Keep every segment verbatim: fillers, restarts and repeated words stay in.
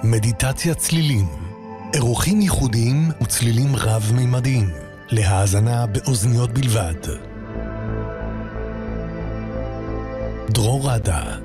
מדיטציה צלילים, אירוחים ייחודיים וצלילים רב-מימדיים, להאזנה באוזניות בלבד. דרור רדה.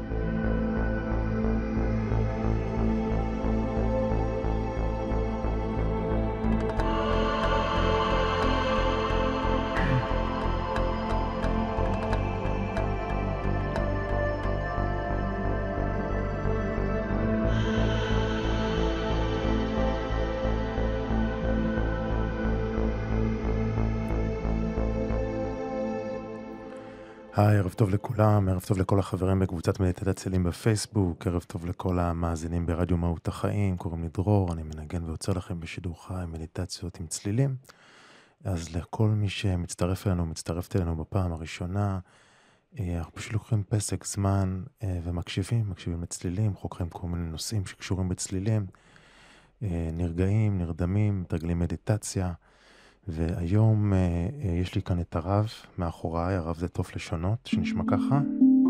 היי, ערב טוב לכולם, ערב טוב לכל החברים בקבוצת מדיטציה צלילים בפייסבוק, ערב טוב לכל המאזינים ברדיו מהות החיים, קוראים לי דרור, אני מנגן ויוצר לכם בשידור חי מדיטציות עם צלילים. אז לכל מי שמצטרף אלינו, מצטרפת אלינו בפעם הראשונה, אנחנו פשוט לוקחים פסק זמן ומקשיבים, מקשיבים לצלילים, חוקרים כל מיני נושאים שקשורים בצלילים, נרגעים, נרדמים, תרגלים מדיטציה. והיום אה, אה, יש לי כאן את הרב מאחוריי, הרב זה טוב לשונות, שנשמע ככה.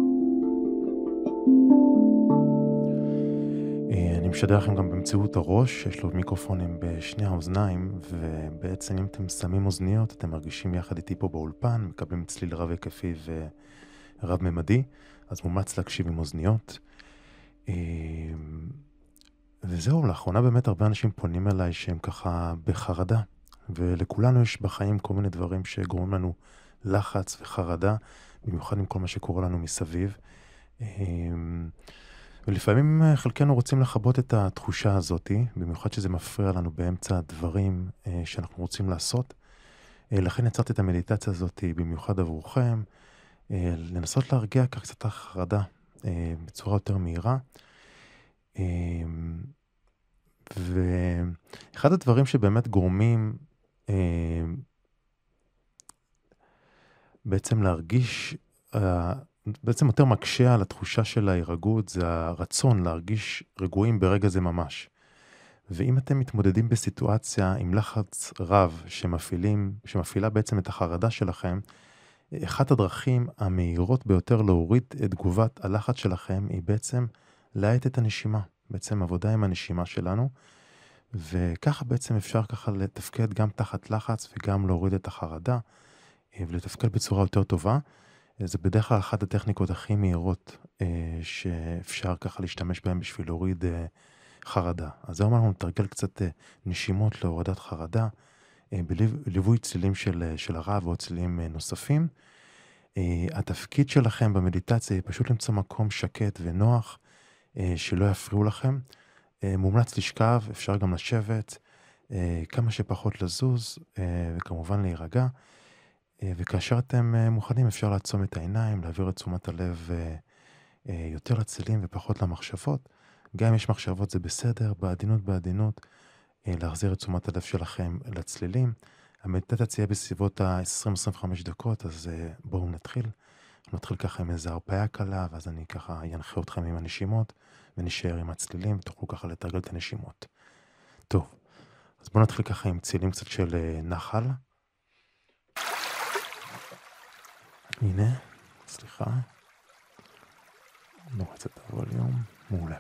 אה, אני משדר לכם גם באמצעות הראש, יש לו מיקרופונים בשני האוזניים, ובעצם אם אתם שמים אוזניות, אתם מרגישים יחד איתי פה באולפן, מקבלים צליל רב היקפי ורב ממדי, אז מומלץ להקשיב עם אוזניות. אה, וזהו, לאחרונה באמת הרבה אנשים פונים אליי שהם ככה בחרדה. ולכולנו יש בחיים כל מיני דברים שגורמים לנו לחץ וחרדה, במיוחד עם כל מה שקורה לנו מסביב. ולפעמים חלקנו רוצים לחבות את התחושה הזאת, במיוחד שזה מפריע לנו באמצע הדברים שאנחנו רוצים לעשות. לכן יצרתי את המדיטציה הזאת במיוחד עבורכם, לנסות להרגיע כך קצת החרדה בצורה יותר מהירה. ואחד הדברים שבאמת גורמים בעצם להרגיש, בעצם יותר מקשה על התחושה של ההירגעות, זה הרצון להרגיש רגועים ברגע זה ממש. ואם אתם מתמודדים בסיטואציה עם לחץ רב שמפעילים, שמפעילה בעצם את החרדה שלכם, אחת הדרכים המהירות ביותר להוריד את תגובת הלחץ שלכם היא בעצם להאט את הנשימה, בעצם עבודה עם הנשימה שלנו, וככה בעצם אפשר ככה לתפקד גם תחת לחץ וגם להוריד את החרדה ולתפקד בצורה יותר טובה. זה בדרך כלל אחת הטכניקות הכי מהירות שאפשר ככה להשתמש בהן בשביל להוריד חרדה. אז היום אנחנו נתרגל קצת נשימות להורדת חרדה, בליווי צלילים של, של הרב או צלילים נוספים. התפקיד שלכם במדיטציה היא פשוט למצוא מקום שקט ונוח, שלא יפריעו לכם. מומלץ לשכב, אפשר גם לשבת, כמה שפחות לזוז, וכמובן להירגע. וכאשר אתם מוכנים אפשר לעצום את העיניים, להעביר את תשומת הלב יותר לצלילים ופחות למחשבות. גם אם יש מחשבות זה בסדר, בעדינות בעדינות, להחזיר את תשומת הלב שלכם לצלילים. המדיטציה תהיה בסביבות ה-עשרים עד עשרים וחמש דקות, אז בואו נתחיל. נתחיל ככה עם איזו הרפאיה קלה, ואז אני ככה ינחה אתכם עם הנשימות, ונשאר עם הצלילים, ותוכלו ככה לתרגל את הנשימות. טוב, אז בואו נתחיל ככה עם צלילים קצת של נחל. הנה, סליחה. נורץ את הווליום, מעולה.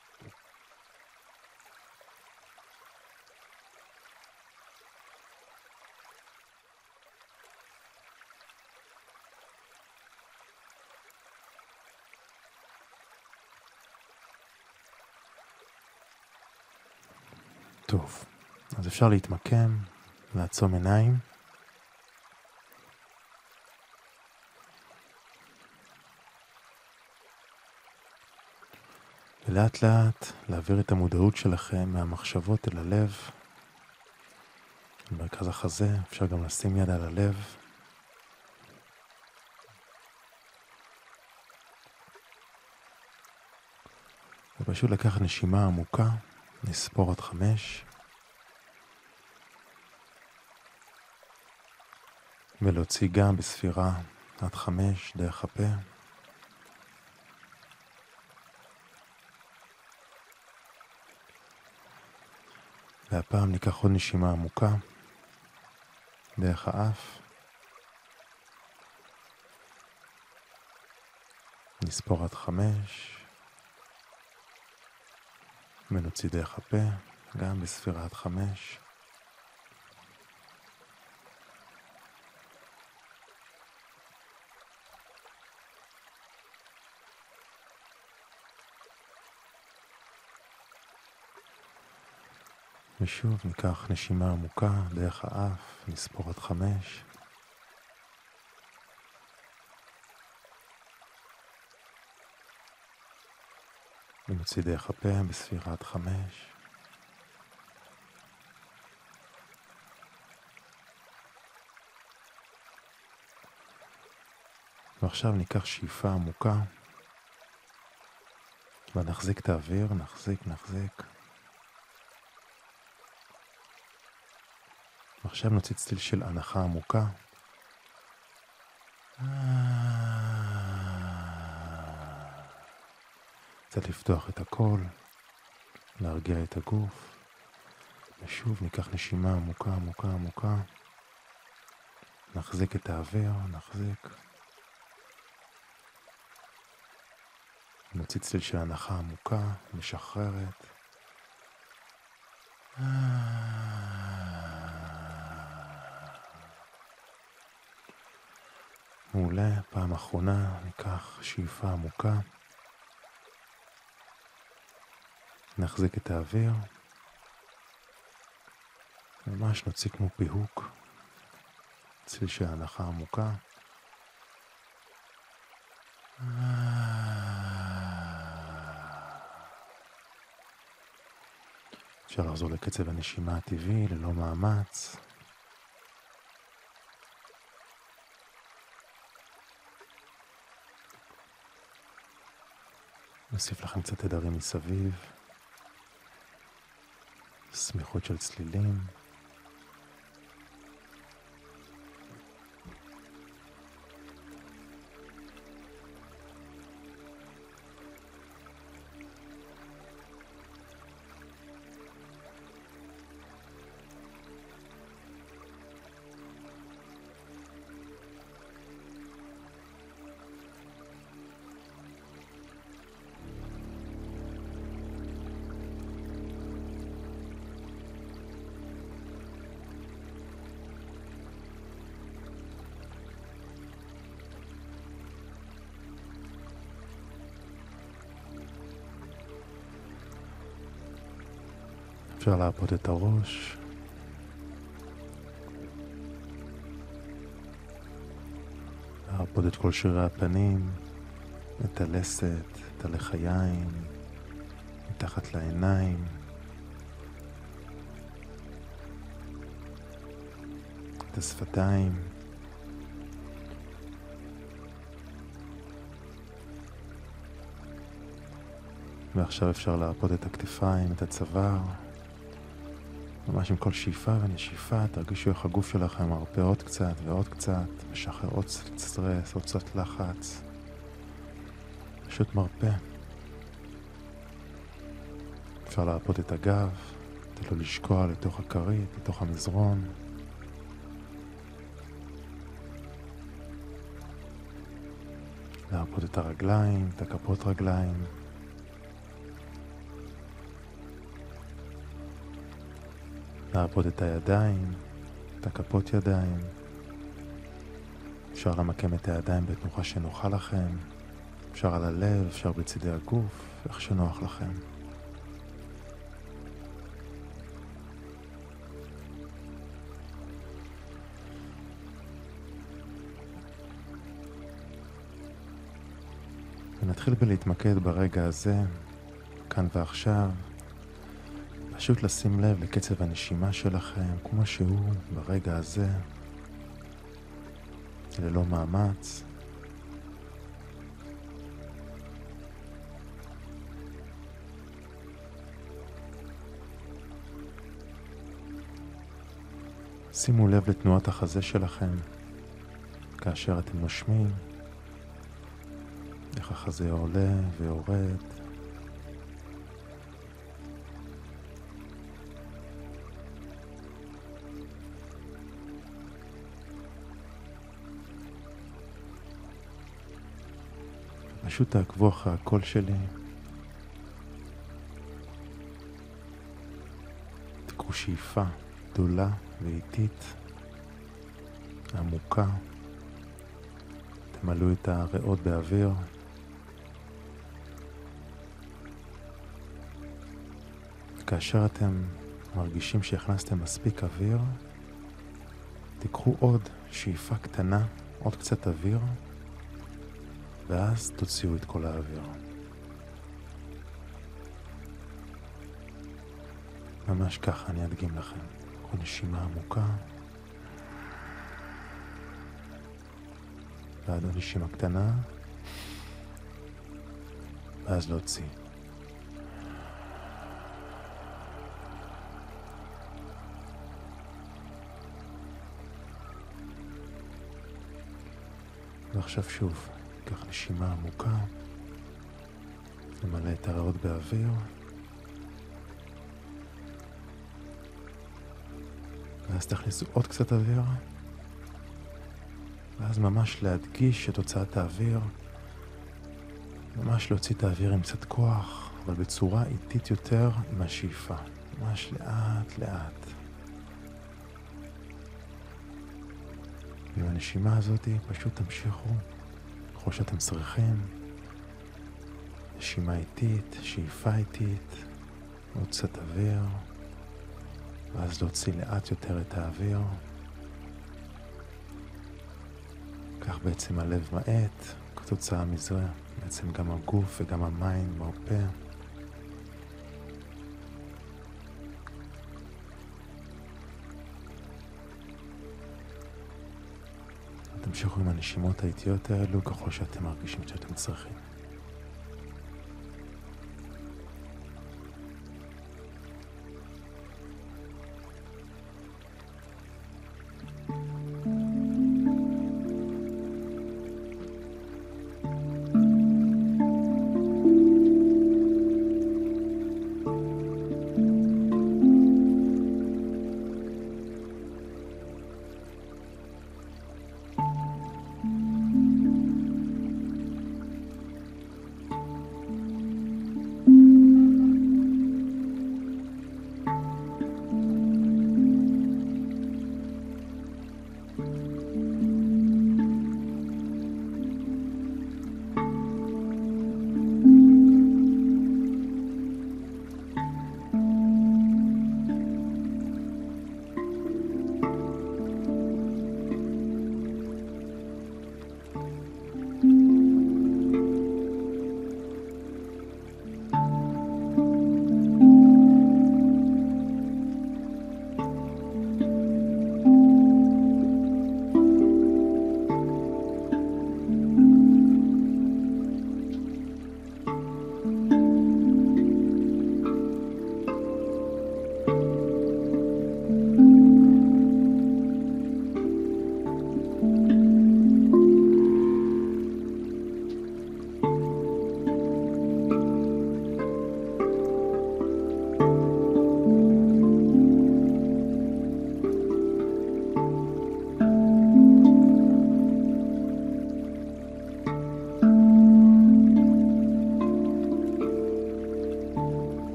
טוב, אז אפשר להתמקם, לעצום עיניים. ולאט לאט להעביר את המודעות שלכם מהמחשבות אל הלב. במרכז החזה אפשר גם לשים יד על הלב. ופשוט לקחת נשימה עמוקה. נספור עד חמש, ולהוציא גם בספירה עד חמש דרך הפה. והפעם ניקח עוד נשימה עמוקה דרך האף. נספור עד חמש. ונוציא דרך הפה, גם בספירת חמש. ושוב ניקח נשימה עמוקה דרך האף, נספור עד חמש. ונוציא דרך הפה בספירת חמש. ועכשיו ניקח שאיפה עמוקה ונחזיק את האוויר, נחזיק, נחזיק. ועכשיו נוציא צליל של הנחה עמוקה. קצת לפתוח את הכל, להרגיע את הגוף. ושוב ניקח נשימה עמוקה, עמוקה, עמוקה. נחזיק את האוויר, נחזיק. נוציא צליל של הנחה עמוקה, משחררת. מעולה, פעם אחרונה ניקח שאיפה עמוקה. נחזיק את האוויר. ממש נוציא כמו פיהוק. צליל של הנחה עמוקה. אפשר לחזור לקצב הנשימה הטבעי ללא מאמץ. נוסיף לכם קצת תדרים מסביב. סמיכות של צלילים. אפשר להרפות את הראש. להרפות את כל שרירי הפנים, את הלסת, את הלחיים, מתחת לעיניים. את השפתיים. ועכשיו אפשר להרפות את הכתפיים, את הצוואר. ממש עם כל שאיפה ונשיפה, תרגישו איך הגוף שלכם מרפא עוד קצת ועוד קצת, משחרר עוד סטרס, עוד קצת לחץ. פשוט מרפא. אפשר להרפות את הגב, תתנו לשקוע לתוך הכרית, לתוך המזרון. להרפות את הרגליים, את הכפות רגליים. להרפות את הידיים, את הכפות ידיים. אפשר למקם את הידיים בתנוחה שנוחה לכם. אפשר על הלב, אפשר בצדי הגוף, איך שנוח לכם. ונתחיל בלהתמקד ברגע הזה, כאן ועכשיו. פשוט לשים לב לקצב הנשימה שלכם, כמו שהוא ברגע הזה, ללא מאמץ. שימו לב לתנועת החזה שלכם, כאשר אתם נושמים, איך החזה עולה ויורד. פשוט תעקבו אחרי הקול שלי. תיקחו שאיפה גדולה ואיטית, עמוקה. תמלאו את הריאות באוויר. כאשר אתם מרגישים שהכנסתם מספיק אוויר, תיקחו עוד שאיפה קטנה, עוד קצת אוויר, ואז תוציאו את כל האוויר. ממש ככה אני אדגים לכם. קחו נשימה עמוקה, ועד עוד נשימה קטנה, ואז להוציא. ועכשיו שוב, קח נשימה עמוקה, נמלא את הריאות באוויר, ואז תכניסו עוד קצת אוויר, ואז ממש להדגיש את הוצאת האוויר, ממש להוציא את האוויר עם קצת כוח, אבל בצורה איטית יותר עם השאיפה, ממש לאט לאט. ועם הנשימה הזאת פשוט תמשיכו ככל שאתם צריכים. נשימה איטית, שאיפה איטית, עוד קצת אוויר, ואז להוציא לאט יותר את האוויר. כך בעצם הלב מאט, כתוצאה מזה בעצם גם הגוף וגם המים מרפא. תמשיכו עם הנשימות האיטיות האלו ככל שאתם מרגישים שאתם צריכים.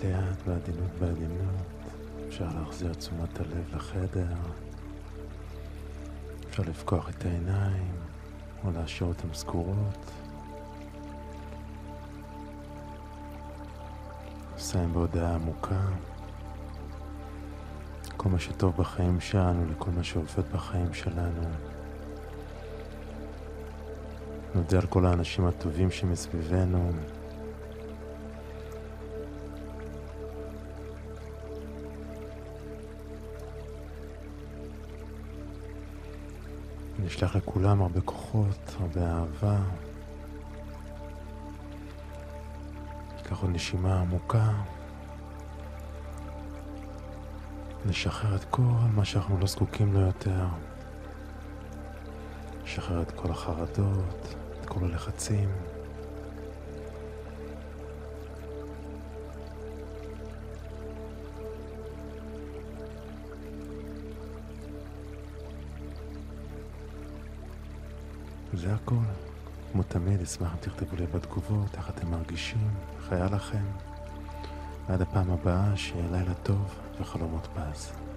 לאט לאט, בעדינות בעדינות. אפשר להחזיר תשומת הלב לחדר. אפשר לפקוח את העיניים, או להשאיר אותם סגורות. נסיים בהודעה עמוקה. כל מה שטוב בחיים שלנו, לכל מה שעובד בחיים שלנו. נודה על כל האנשים הטובים שמסביבנו. נשלח לכולם הרבה כוחות, הרבה אהבה. ניקח עוד נשימה עמוקה. נשחרר את כל מה שאנחנו לא זקוקים לו יותר. נשחרר את כל החרדות, את כל הלחצים. זה הכל. כמו תמיד, אשמח אם תכתבו לי בתגובות איך אתם מרגישים, איך היה לכם. ועד הפעם הבאה, שיהיה לילה טוב וחלומות פז.